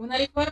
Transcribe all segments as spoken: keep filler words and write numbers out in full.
Una riforma...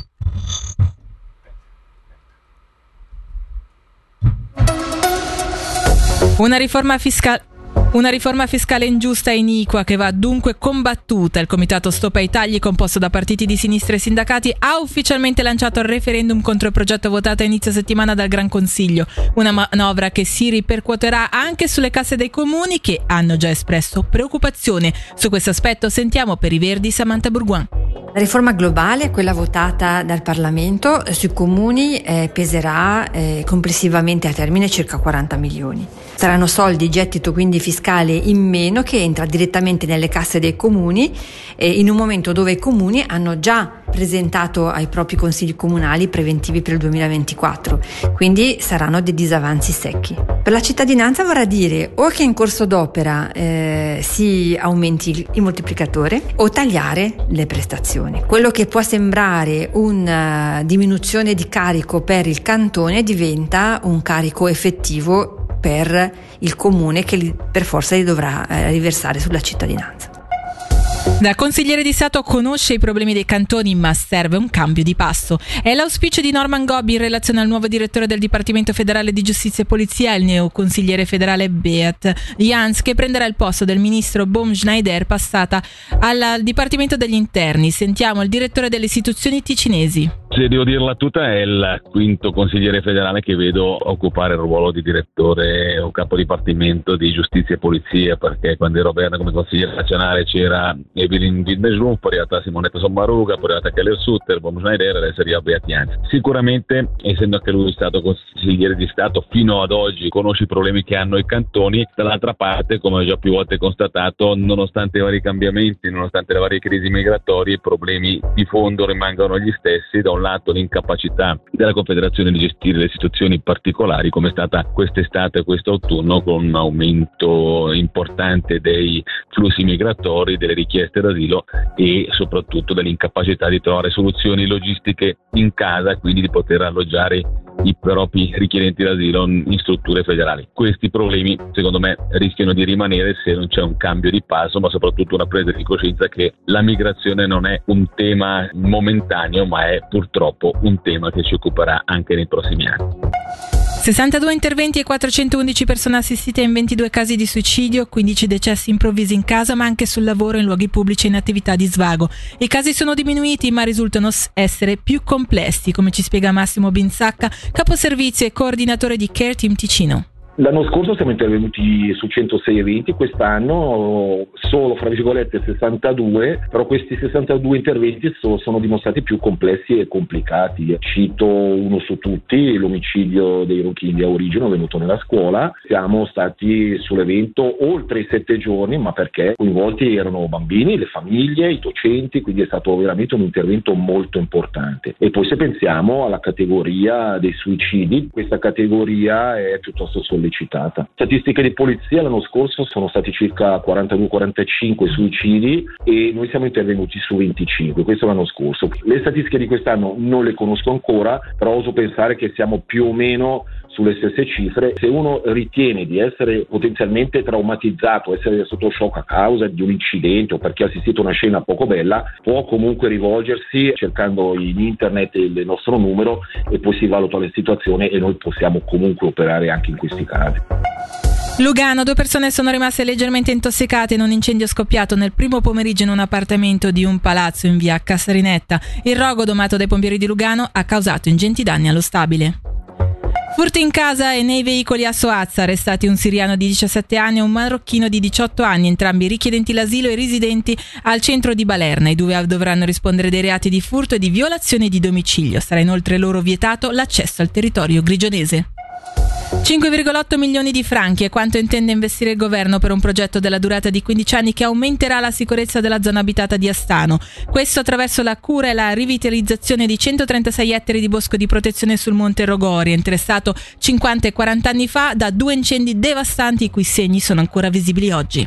Una riforma fiscale... Una riforma fiscale ingiusta e iniqua che va dunque combattuta. Il comitato Stop ai tagli, composto da partiti di sinistra e sindacati, ha ufficialmente lanciato il referendum contro il progetto votato a inizio settimana dal Gran Consiglio. Una manovra che si ripercuoterà anche sulle casse dei comuni, che hanno già espresso preoccupazione. Su questo aspetto sentiamo per i Verdi Samantha Bourgoin. La riforma globale, quella votata dal Parlamento, sui comuni eh, peserà eh, complessivamente a termine circa quaranta milioni. Saranno soldi, gettito quindi fiscale in meno, che entra direttamente nelle casse dei comuni eh, in un momento dove i comuni hanno già presentato ai propri consigli comunali preventivi per il duemilaventiquattro, quindi saranno dei disavanzi secchi. Per la cittadinanza vorrà dire o che in corso d'opera eh, si aumenti il, il moltiplicatore o tagliare le prestazioni. Quello che può sembrare una diminuzione di carico per il cantone diventa un carico effettivo per il comune, che per forza li dovrà eh, riversare sulla cittadinanza. Da consigliere di Stato conosce i problemi dei cantoni, ma serve un cambio di passo. È l'auspicio di Norman Gobbi in relazione al nuovo direttore del Dipartimento Federale di Giustizia e Polizia, il neoconsigliere federale Beat Jans, che prenderà il posto del ministro Baumschneider, passata al Dipartimento degli Interni. Sentiamo il direttore delle istituzioni ticinesi. Se devo dirla tutta, è il quinto consigliere federale che vedo occupare il ruolo di direttore o capo dipartimento di giustizia e polizia, perché quando ero a Berna come consigliere nazionale c'era Evelyn Wildesloom, poi è arrivata Simonetta Sommaruga, poi è arrivata Keller Sutter, Baumschneider, adesso arriva Beat Jans. Sicuramente, essendo anche lui stato consigliere di Stato fino ad oggi, conosce i problemi che hanno i cantoni. Dall'altra parte, come ho già più volte constatato, nonostante i vari cambiamenti, nonostante le varie crisi migratorie, i problemi di fondo rimangono gli stessi. Da un lato l'incapacità della Confederazione di gestire le situazioni particolari, come è stata quest'estate e quest'autunno, con un aumento importante dei flussi migratori, delle richieste d'asilo e soprattutto dell'incapacità di trovare soluzioni logistiche in casa, quindi di poter alloggiare i propri richiedenti d'asilo in strutture federali. Questi problemi, secondo me, rischiano di rimanere se non c'è un cambio di passo, ma soprattutto una presa di coscienza che la migrazione non è un tema momentaneo, ma è purtroppo un tema che ci occuperà anche nei prossimi anni. sessantadue interventi e quattrocentoundici persone assistite in ventidue casi di suicidio, quindici decessi improvvisi in casa, ma anche sul lavoro, in luoghi pubblici e in attività di svago. I casi sono diminuiti, ma risultano essere più complessi, come ci spiega Massimo Binsacca, caposervizio e coordinatore di Care Team Ticino. L'anno scorso siamo intervenuti su centosei eventi, quest'anno solo, fra virgolette, sessantadue, però questi sessantadue interventi so, sono dimostrati più complessi e complicati. Cito uno su tutti, l'omicidio dei Rochini di Aurigeno avvenuto nella scuola. Siamo stati sull'evento oltre i sette giorni, ma perché coinvolti erano bambini, le famiglie, i docenti, quindi è stato veramente un intervento molto importante. E poi se pensiamo alla categoria dei suicidi, questa categoria è piuttosto sollecitata. Statistiche di polizia l'anno scorso sono stati circa quarantadue quarantacinque suicidi e noi siamo intervenuti su venticinque, questo l'anno scorso. Le statistiche di quest'anno non le conosco ancora, però oso pensare che siamo più o meno sulle stesse cifre. Se uno ritiene di essere potenzialmente traumatizzato, essere sotto shock a causa di un incidente o perché ha assistito a una scena poco bella, può comunque rivolgersi cercando in internet il nostro numero e poi si valuta la situazione e noi possiamo comunque operare anche in questi casi. Lugano, due persone sono rimaste leggermente intossicate in un incendio scoppiato nel primo pomeriggio in un appartamento di un palazzo in via Cassarinetta. Il rogo, domato dai pompieri di Lugano, ha causato ingenti danni allo stabile. Furti in casa e nei veicoli a Soazza, arrestati un siriano di diciassette anni e un marocchino di diciotto anni, entrambi richiedenti l'asilo e residenti al centro di Balerna. I due dovranno rispondere dei reati di furto e di violazione di domicilio. Sarà inoltre loro vietato l'accesso al territorio grigionese. cinque virgola otto milioni di franchi è quanto intende investire il governo per un progetto della durata di quindici anni che aumenterà la sicurezza della zona abitata di Astano. Questo attraverso la cura e la rivitalizzazione di centotrentasei ettari di bosco di protezione sul Monte Rogori, interessato cinquanta e quaranta anni fa da due incendi devastanti i cui segni sono ancora visibili oggi.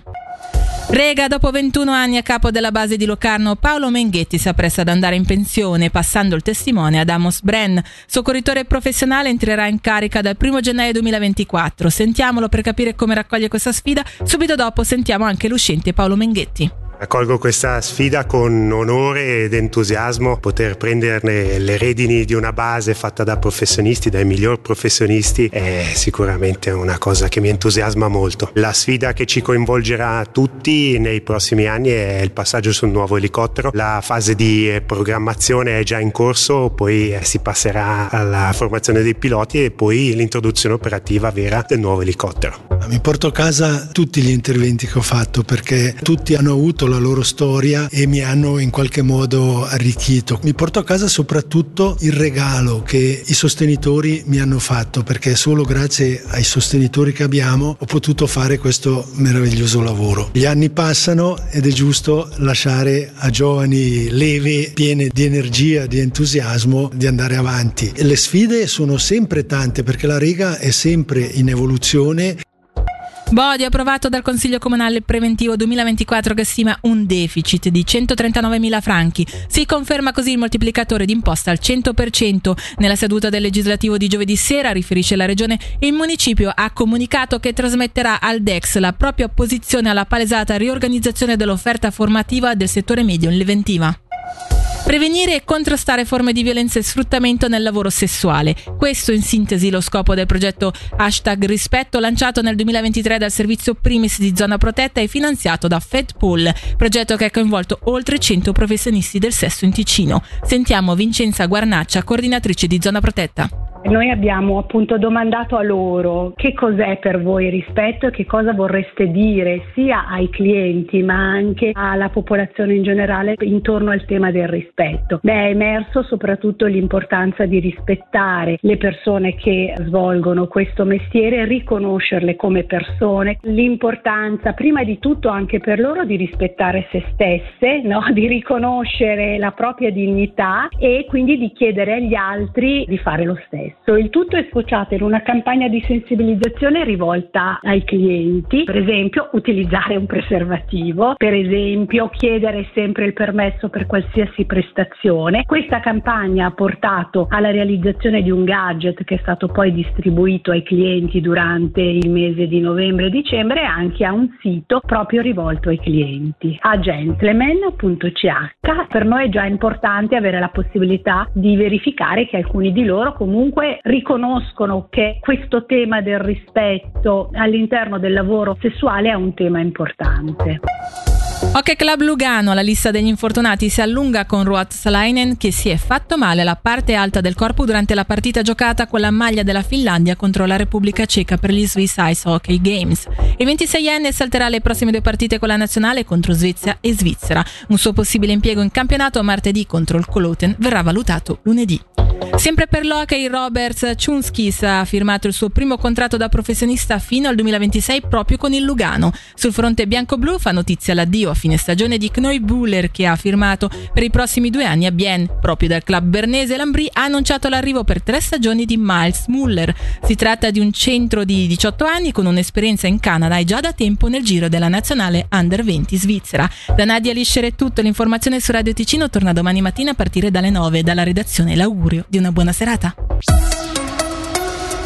Rega, dopo ventuno anni a capo della base di Locarno, Paolo Menghetti si appresta ad andare in pensione, passando il testimone ad Amos Brenn. Soccorritore professionale, entrerà in carica dal primo gennaio duemilaventiquattro. Sentiamolo per capire come raccoglie questa sfida. Subito dopo sentiamo anche l'uscente Paolo Menghetti. Accolgo questa sfida con onore ed entusiasmo. Poter prenderne le redini di una base fatta da professionisti, dai miglior professionisti, è sicuramente una cosa che mi entusiasma molto. La sfida che ci coinvolgerà tutti nei prossimi anni è il passaggio sul nuovo elicottero. La fase di programmazione è già in corso, poi si passerà alla formazione dei piloti e poi l'introduzione operativa vera del nuovo elicottero. Mi porto a casa tutti gli interventi che ho fatto, perché tutti hanno avuto la loro storia e mi hanno in qualche modo arricchito. Mi porto a casa soprattutto il regalo che i sostenitori mi hanno fatto, perché solo grazie ai sostenitori che abbiamo ho potuto fare questo meraviglioso lavoro. Gli anni passano ed è giusto lasciare a giovani leve, piene di energia, di entusiasmo, di andare avanti. E le sfide sono sempre tante, perché la Rega è sempre in evoluzione. Bodi approvato dal Consiglio Comunale preventivo duemilaventiquattro che stima un deficit di centotrentanovemila franchi. Si conferma così il moltiplicatore d'imposta al cento per cento. Nella seduta del legislativo di giovedì sera, riferisce la Regione, il municipio ha comunicato che trasmetterà al D E X la propria opposizione alla palesata riorganizzazione dell'offerta formativa del settore medio in Leventiva. Prevenire e contrastare forme di violenza e sfruttamento nel lavoro sessuale. Questo in sintesi lo scopo del progetto Hashtag Rispetto, lanciato nel duemilaventitré dal servizio Primis di Zona Protetta e finanziato da FedPool, progetto che ha coinvolto oltre cento professionisti del sesso in Ticino. Sentiamo Vincenza Guarnaccia, coordinatrice di Zona Protetta. Noi abbiamo appunto domandato a loro che cos'è per voi rispetto e che cosa vorreste dire sia ai clienti ma anche alla popolazione in generale intorno al tema del rispetto. Beh, è emerso soprattutto l'importanza di rispettare le persone che svolgono questo mestiere, riconoscerle come persone, l'importanza prima di tutto anche per loro di rispettare se stesse, no? Di riconoscere la propria dignità e quindi di chiedere agli altri di fare lo stesso. Il tutto è sfociato in una campagna di sensibilizzazione rivolta ai clienti, per esempio utilizzare un preservativo, per esempio chiedere sempre il permesso per qualsiasi prestazione. Questa campagna ha portato alla realizzazione di un gadget che è stato poi distribuito ai clienti durante il mese di novembre e dicembre e anche a un sito proprio rivolto ai clienti, a gentleman punto c h. Per noi è già importante avere la possibilità di verificare che alcuni di loro comunque riconoscono che questo tema del rispetto all'interno del lavoro sessuale è un tema importante. Hockey Club Lugano, la lista degli infortunati si allunga con Ruotsalainen che si è fatto male alla parte alta del corpo durante la partita giocata con la maglia della Finlandia contro la Repubblica Ceca per gli Swiss Ice Hockey Games. Il ventiseienne salterà le prossime due partite con la nazionale contro Svezia e Svizzera. Un suo possibile impiego in campionato martedì contro il Coloten verrà valutato lunedì. Sempre per l'hockey, Roberts Chunskis ha firmato il suo primo contratto da professionista fino al duemilaventisei proprio con il Lugano. Sul fronte bianco-blu fa notizia l'addio a fine stagione di Knoy Buller, che ha firmato per i prossimi due anni a Bienne. Proprio dal club bernese, l'Ambri ha annunciato l'arrivo per tre stagioni di Miles Muller. Si tratta di un centro di diciotto anni con un'esperienza in Canada e già da tempo nel giro della nazionale under venti svizzera. Da Nadia Liscer è tutto, l'informazione su Radio Ticino torna domani mattina a partire dalle nove. Dalla redazione l'augurio di una buona serata.